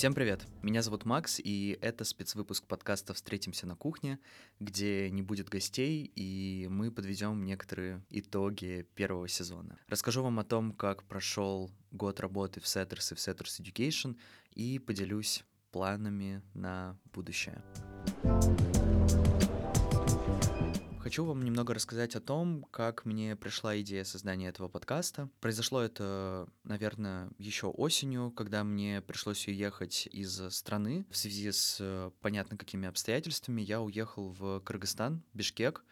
Всем привет! Меня зовут Макс, и это спецвыпуск подкаста «Встретимся на кухне», где не будет гостей, и мы подведем некоторые итоги первого сезона. Расскажу вам о том, как прошел год работы в Setters и в Setters Education, и поделюсь планами на будущее. Хочу вам немного рассказать о том, как мне пришла идея создания этого подкаста. Произошло это, наверное, еще осенью, когда мне пришлось уехать из страны в связи с понятно какими обстоятельствами. Я уехал в Кыргызстан, Бишкек,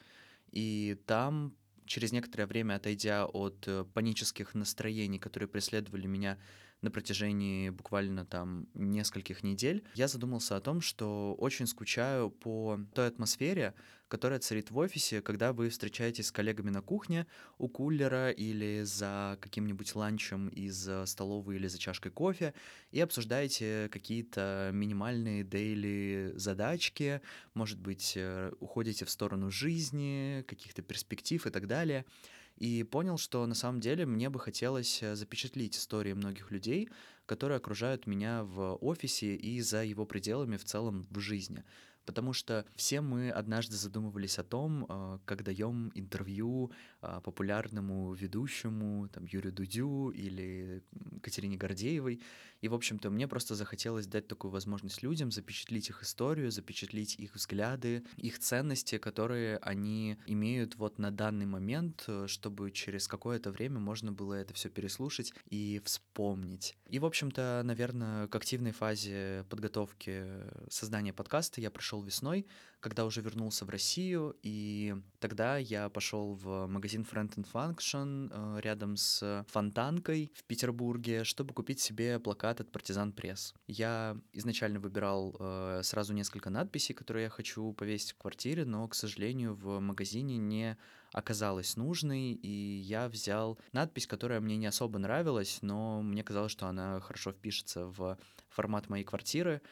и там, через некоторое время отойдя от панических настроений, которые преследовали меня на протяжении буквально там нескольких недель, я задумался о том, что очень скучаю по той атмосфере, которая царит в офисе, когда вы встречаетесь с коллегами на кухне у кулера или за каким-нибудь ланчем из столовой или за чашкой кофе и обсуждаете какие-то минимальные дейли задачки, может быть, уходите в сторону жизни, каких-то перспектив и так далее. И понял, что на самом деле мне бы хотелось запечатлеть истории многих людей, которые окружают меня в офисе и за его пределами в целом в жизни. Потому что все мы однажды задумывались о том, как даем интервью популярному ведущему, там, Юрию Дудю или Катерине Гордеевой. И, в общем-то, мне просто захотелось дать такую возможность людям запечатлеть их историю, запечатлеть их взгляды, их ценности, которые они имеют вот на данный момент, чтобы через какое-то время можно было это все переслушать и вспомнить. И, в общем-то, наверное, к активной фазе подготовки создания подкаста я пришел весной, когда уже вернулся в Россию, и тогда я пошел в магазин Friend and Function рядом с Фонтанкой в Петербурге, чтобы купить себе плакат от Партизан Пресс. Я изначально выбирал сразу несколько надписей, которые я хочу повесить в квартире, но, к сожалению, в магазине не оказалась нужной, и я взял надпись, которая мне не особо нравилась, но мне казалось, что она хорошо впишется в формат моей квартиры,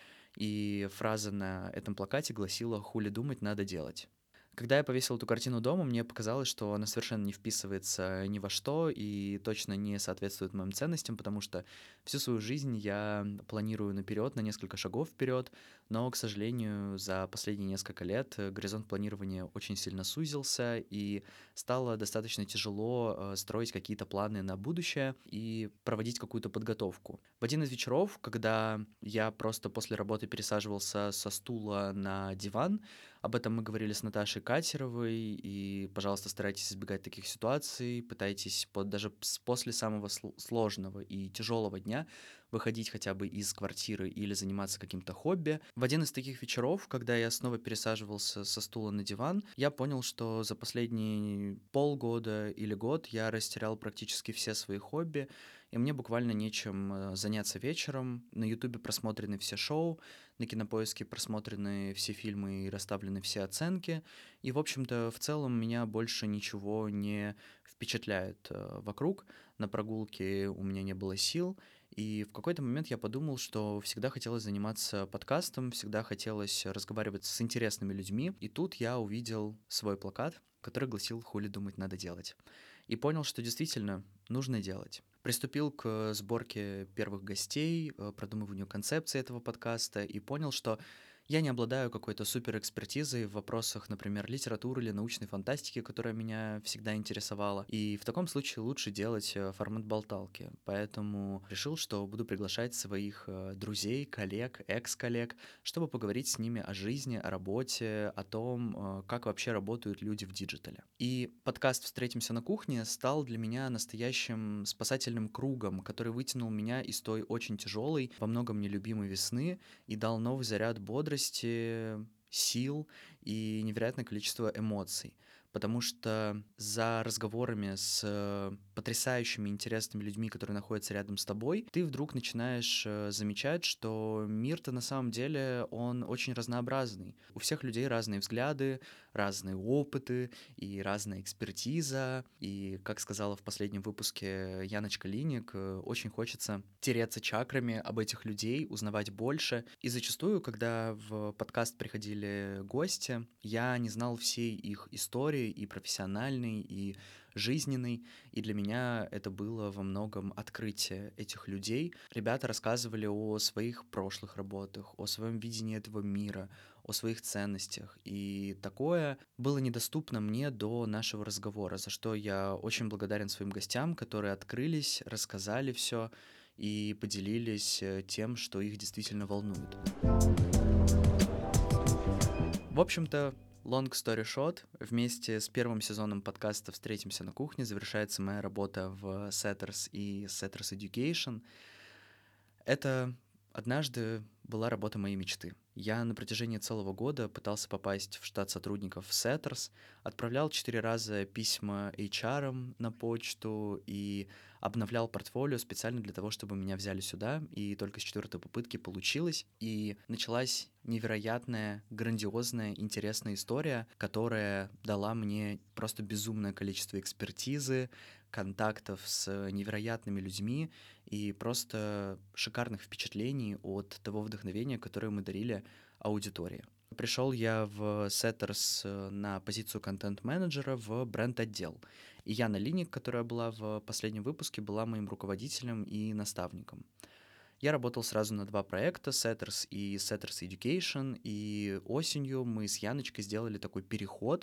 и фраза на этом плакате гласила «Хули думать, надо делать». Когда я повесил эту картину дома, мне показалось, что она совершенно не вписывается ни во что и точно не соответствует моим ценностям, потому что всю свою жизнь я планирую наперед, на несколько шагов вперед, но, к сожалению, за последние несколько лет горизонт планирования очень сильно сузился, и стало достаточно тяжело строить какие-то планы на будущее и проводить какую-то подготовку. В один из вечеров, когда я просто после работы пересаживался со стула на диван, об этом мы говорили с Наташей Катеровой, и, пожалуйста, старайтесь избегать таких ситуаций, пытайтесь даже после самого сложного и тяжелого дня выходить хотя бы из квартиры или заниматься каким-то хобби. В один из таких вечеров, когда я снова пересаживался со стула на диван, я понял, что за последние полгода или год я растерял практически все свои хобби, и мне буквально нечем заняться вечером. На Ютубе просмотрены все шоу, на Кинопоиске просмотрены все фильмы и расставлены все оценки. И, в общем-то, в целом меня больше ничего не впечатляет вокруг. На прогулке у меня не было сил. И в какой-то момент я подумал, что всегда хотелось заниматься подкастом, всегда хотелось разговаривать с интересными людьми. И тут я увидел свой плакат, который гласил «Хули думать, надо делать». И понял, что действительно нужно делать. Приступил к сборке первых гостей, продумыванию концепции этого подкаста и понял, что я не обладаю какой-то суперэкспертизой в вопросах, например, литературы или научной фантастики, которая меня всегда интересовала. И в таком случае лучше делать формат болталки. Поэтому решил, что буду приглашать своих друзей, коллег, экс-коллег, чтобы поговорить с ними о жизни, о работе, о том, как вообще работают люди в диджитале. И подкаст «Встретимся на кухне» стал для меня настоящим спасательным кругом, который вытянул меня из той очень тяжелой, во многом нелюбимой весны и дал новый заряд бодрости, сил и невероятное количество эмоций. Потому что за разговорами с потрясающими, интересными людьми, которые находятся рядом с тобой, ты вдруг начинаешь замечать, что мир-то на самом деле, он очень разнообразный. У всех людей разные взгляды, разные опыты и разная экспертиза. И, как сказала в последнем выпуске Яночка Линик, очень хочется тереться чакрами об этих людей, узнавать больше. И зачастую, когда в подкаст приходили гости, возрасте, я не знал всей их истории, и профессиональной, и жизненной, и для меня это было во многом открытие этих людей. Ребята рассказывали о своих прошлых работах, о своем видении этого мира, о своих ценностях, и такое было недоступно мне до нашего разговора, за что я очень благодарен своим гостям, которые открылись, рассказали все и поделились тем, что их действительно волнует. В общем-то, long story short, вместе с первым сезоном подкаста «Встретимся на кухне» завершается моя работа в Setters и Setters Education. Это однажды была работа моей мечты. Я на протяжении целого года пытался попасть в штат сотрудников в Setters, отправлял 4 раза письма HR на почту и обновлял портфолио специально для того, чтобы меня взяли сюда, и только с 4-й попытки получилось. И началась невероятная, грандиозная, интересная история, которая дала мне просто безумное количество экспертизы, контактов с невероятными людьми и просто шикарных впечатлений от того вдохновения, которое мы дарили аудитории. Пришел я в Setters на позицию контент-менеджера в бренд-отдел. И Яна Линик, которая была в последнем выпуске, была моим руководителем и наставником. Я работал сразу на 2 проекта, Setters и Setters Education, и осенью мы с Яночкой сделали такой переход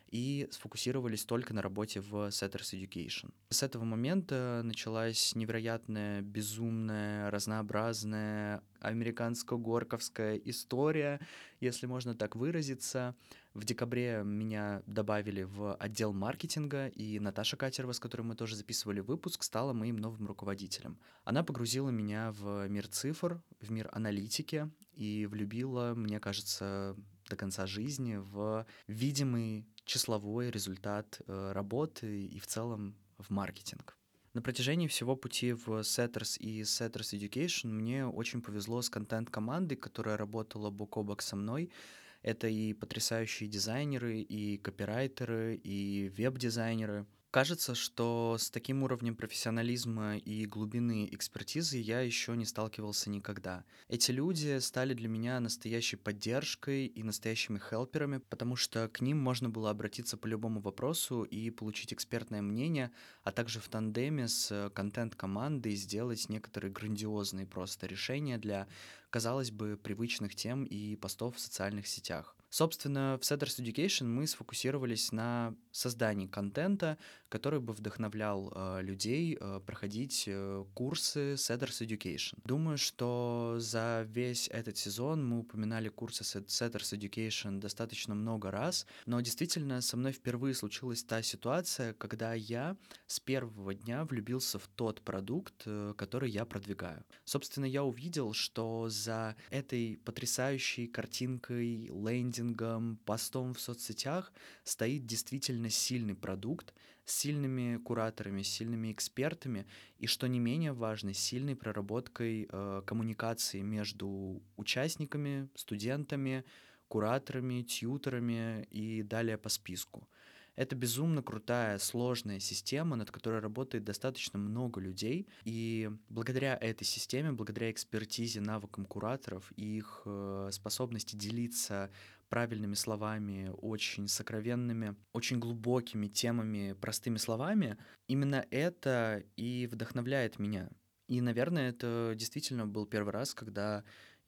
и сфокусировались только на работе в Setters Education. С этого момента началась невероятная, безумная, разнообразная американско-горковская история, если можно так выразиться. В декабре меня добавили в отдел маркетинга, и Наташа Катерова, с которой мы тоже записывали выпуск, стала моим новым руководителем. Она погрузила меня в мир цифр, в мир аналитики и влюбила, мне кажется, до конца жизни в видимый числовой результат работы и в целом в маркетинг. На протяжении всего пути в Setters и Setters Education мне очень повезло с контент-командой, которая работала бок о бок со мной. Это и потрясающие дизайнеры, и копирайтеры, и веб-дизайнеры. Кажется, что с таким уровнем профессионализма и глубины экспертизы я еще не сталкивался никогда. Эти люди стали для меня настоящей поддержкой и настоящими хелперами, потому что к ним можно было обратиться по любому вопросу и получить экспертное мнение, а также в тандеме с контент-командой сделать некоторые грандиозные просто решения для, казалось бы, привычных тем и постов в социальных сетях. Собственно, в Setters Education мы сфокусировались на создании контента, который бы вдохновлял людей проходить курсы Setters Education. Думаю, что за весь этот сезон мы упоминали курсы Setters Education достаточно много раз, но действительно со мной впервые случилась та ситуация, когда я с первого дня влюбился в тот продукт, который я продвигаю. Собственно, я увидел, что за этой потрясающей картинкой, лендингом, постом в соцсетях стоит действительно сильный продукт, с сильными кураторами, с сильными экспертами и, что не менее важно, с сильной проработкой коммуникации между участниками, студентами, кураторами, тьюторами и далее по списку. Это безумно крутая, сложная система, над которой работает достаточно много людей, и благодаря этой системе, благодаря экспертизе, навыкам кураторов и их способности делиться правильными словами, очень сокровенными, очень глубокими темами, простыми словами, именно это и вдохновляет меня. И, наверное, это действительно был первый раз, когда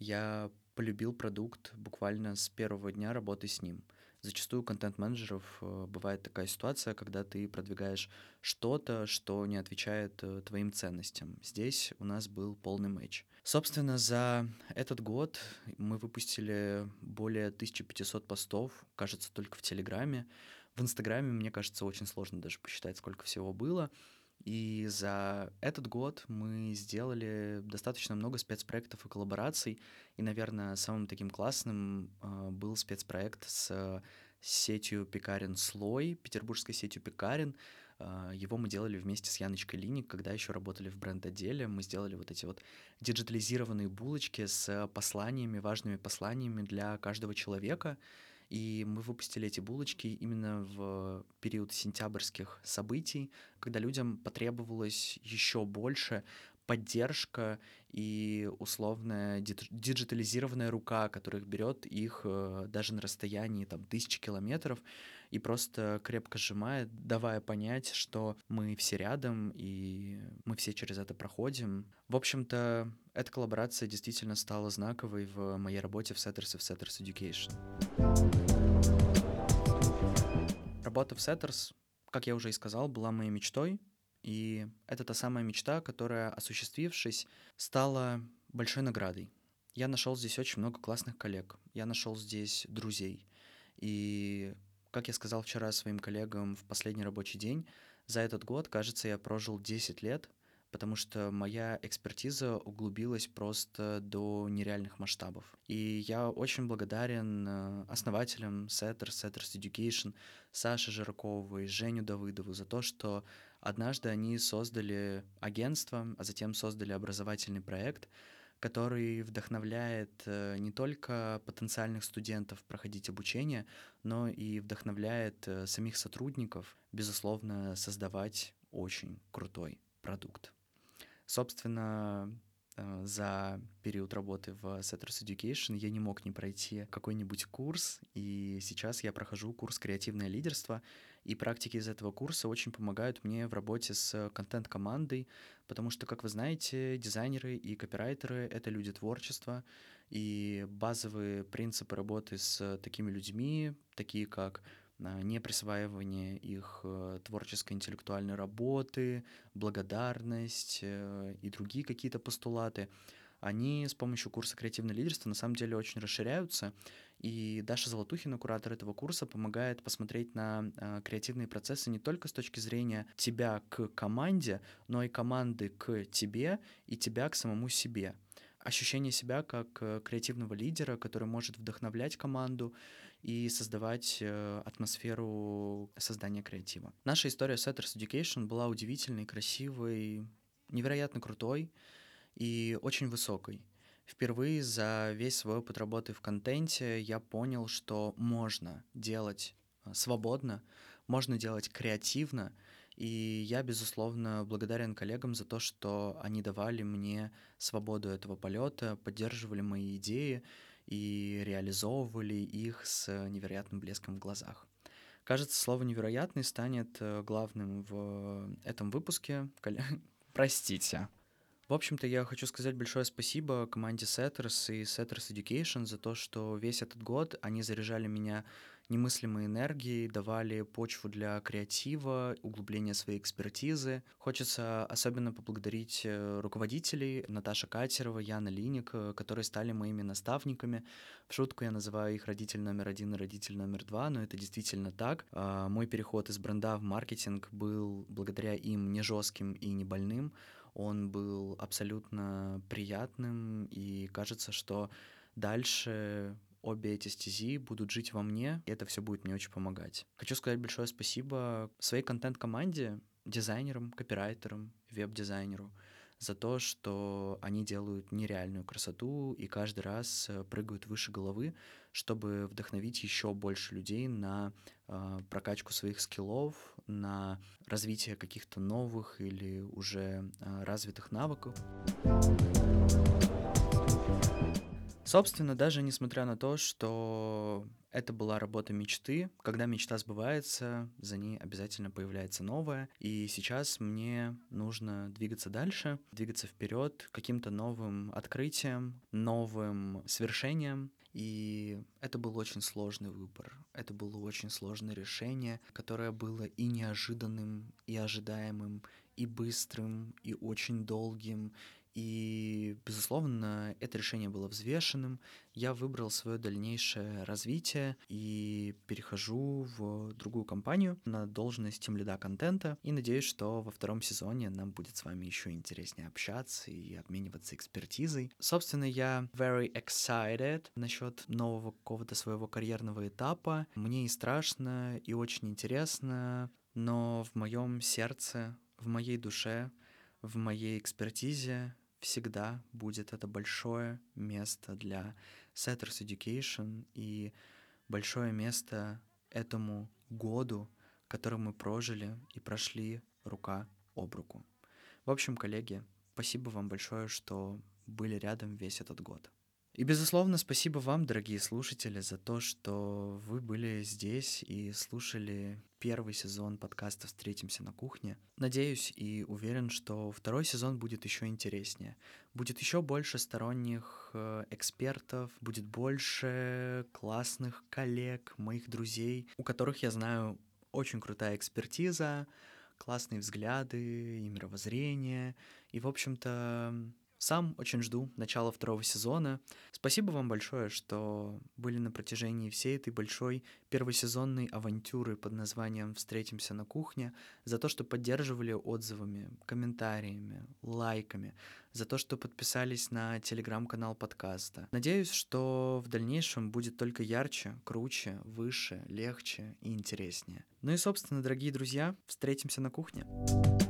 я полюбил продукт буквально с первого дня работы с ним. Зачастую у контент-менеджеров бывает такая ситуация, когда ты продвигаешь что-то, что не отвечает твоим ценностям. Здесь у нас был полный матч. Собственно, за этот год мы выпустили более 1500 постов, кажется, только в Телеграме. В Инстаграме, мне кажется, очень сложно даже посчитать, сколько всего было. И за этот год мы сделали достаточно много спецпроектов и коллабораций. И, наверное, самым таким классным был спецпроект с сетью пекарен «Слой», петербургской сетью пекарен. Его мы делали вместе с Яночкой Линик, когда еще работали в бренд-отделе. Мы сделали вот эти вот диджитализированные булочки с посланиями, важными посланиями для каждого человека. И мы выпустили эти булочки именно в период сентябрьских событий, когда людям потребовалось еще больше поддержка и условная диджитализированная рука, которая берет их даже на расстоянии там, тысячи километров и просто крепко сжимает, давая понять, что мы все рядом и мы все через это проходим. В общем-то, эта коллаборация действительно стала знаковой в моей работе в Setters и в Setters Education. Работа в Setters, как я уже и сказал, была моей мечтой, и это та самая мечта, которая, осуществившись, стала большой наградой. Я нашел здесь очень много классных коллег, я нашел здесь друзей. И, как я сказал вчера своим коллегам в последний рабочий день, за этот год, кажется, я прожил 10 лет, потому что моя экспертиза углубилась просто до нереальных масштабов. И я очень благодарен основателям Setters Education, Саше Жиракову и Женю Давыдову за то, что однажды они создали агентство, а затем создали образовательный проект, который вдохновляет не только потенциальных студентов проходить обучение, но и вдохновляет самих сотрудников, безусловно, создавать очень крутой продукт. Собственно, за период работы в Setters Education я не мог не пройти какой-нибудь курс, и сейчас я прохожу курс «Креативное лидерство», и практики из этого курса очень помогают мне в работе с контент-командой, потому что, как вы знаете, дизайнеры и копирайтеры — это люди творчества, и базовые принципы работы с такими людьми, такие как неприсваивание их творческой интеллектуальной работы, благодарность и другие какие-то постулаты, они с помощью курса «Креативное лидерство» на самом деле очень расширяются. И Даша Золотухина, куратор этого курса, помогает посмотреть на креативные процессы не только с точки зрения тебя к команде, но и команды к тебе и тебя к самому себе. Ощущение себя как креативного лидера, который может вдохновлять команду и создавать атмосферу создания креатива. Наша история Setters Education была удивительной, красивой, невероятно крутой и очень высокой. Впервые за весь свой опыт работы в контенте я понял, что можно делать свободно, можно делать креативно, и я, безусловно, благодарен коллегам за то, что они давали мне свободу этого полета, поддерживали мои идеи и реализовывали их с невероятным блеском в глазах. Кажется, слово «невероятный» станет главным в этом выпуске. Простите. В общем-то, я хочу сказать большое спасибо команде Setters и Setters Education за то, что весь этот год они заряжали меня немыслимой энергией, давали почву для креатива, углубления своей экспертизы. Хочется особенно поблагодарить руководителей Наташа Катерова, Яна Линик, которые стали моими наставниками. В шутку я называю их родитель номер один и родитель номер два, но это действительно так. Мой переход из бренда в маркетинг был благодаря им не жестким и не больным. Он был абсолютно приятным, и кажется, что дальше обе эти стези будут жить во мне, и это все будет мне очень помогать. Хочу сказать большое спасибо своей контент-команде, дизайнерам, копирайтерам, веб-дизайнеру за то, что они делают нереальную красоту и каждый раз прыгают выше головы, чтобы вдохновить еще больше людей на прокачку своих скиллов, на развитие каких-то новых или уже развитых навыков. Собственно, даже несмотря на то, что это была работа мечты, когда мечта сбывается, за ней обязательно появляется новая. И сейчас мне нужно двигаться дальше, двигаться вперед к каким-то новым открытиям, новым свершениям. И это был очень сложный выбор. Это было очень сложное решение, которое было и неожиданным, и ожидаемым, и быстрым, и очень долгим. И, безусловно, это решение было взвешенным. Я выбрал свое дальнейшее развитие и перехожу в другую компанию на должность тимлида контента. И надеюсь, что во втором сезоне нам будет с вами еще интереснее общаться и обмениваться экспертизой. Собственно, я very excited насчет нового какого-то своего карьерного этапа. Мне и страшно, и очень интересно, но в моем сердце, в моей душе, в моей экспертизе всегда будет это большое место для Setters Education и большое место этому году, который мы прожили и прошли рука об руку. В общем, коллеги, Спасибо вам большое, что были рядом весь этот год. И, безусловно, спасибо вам, дорогие слушатели, за то, что вы были здесь и слушали первый сезон подкаста «Встретимся на кухне». Надеюсь и уверен, что второй сезон будет еще интереснее. Будет еще больше сторонних экспертов, будет больше классных коллег, моих друзей, у которых, я знаю, очень крутая экспертиза, классные взгляды и мировоззрение. И, в общем-то, сам очень жду начала второго сезона. Спасибо вам большое, что были на протяжении всей этой большой первосезонной авантюры под названием «Встретимся на кухне», за то, что поддерживали отзывами, комментариями, лайками, за то, что подписались на телеграм-канал подкаста. Надеюсь, что в дальнейшем будет только ярче, круче, выше, легче и интереснее. Ну и, собственно, дорогие друзья, встретимся на кухне.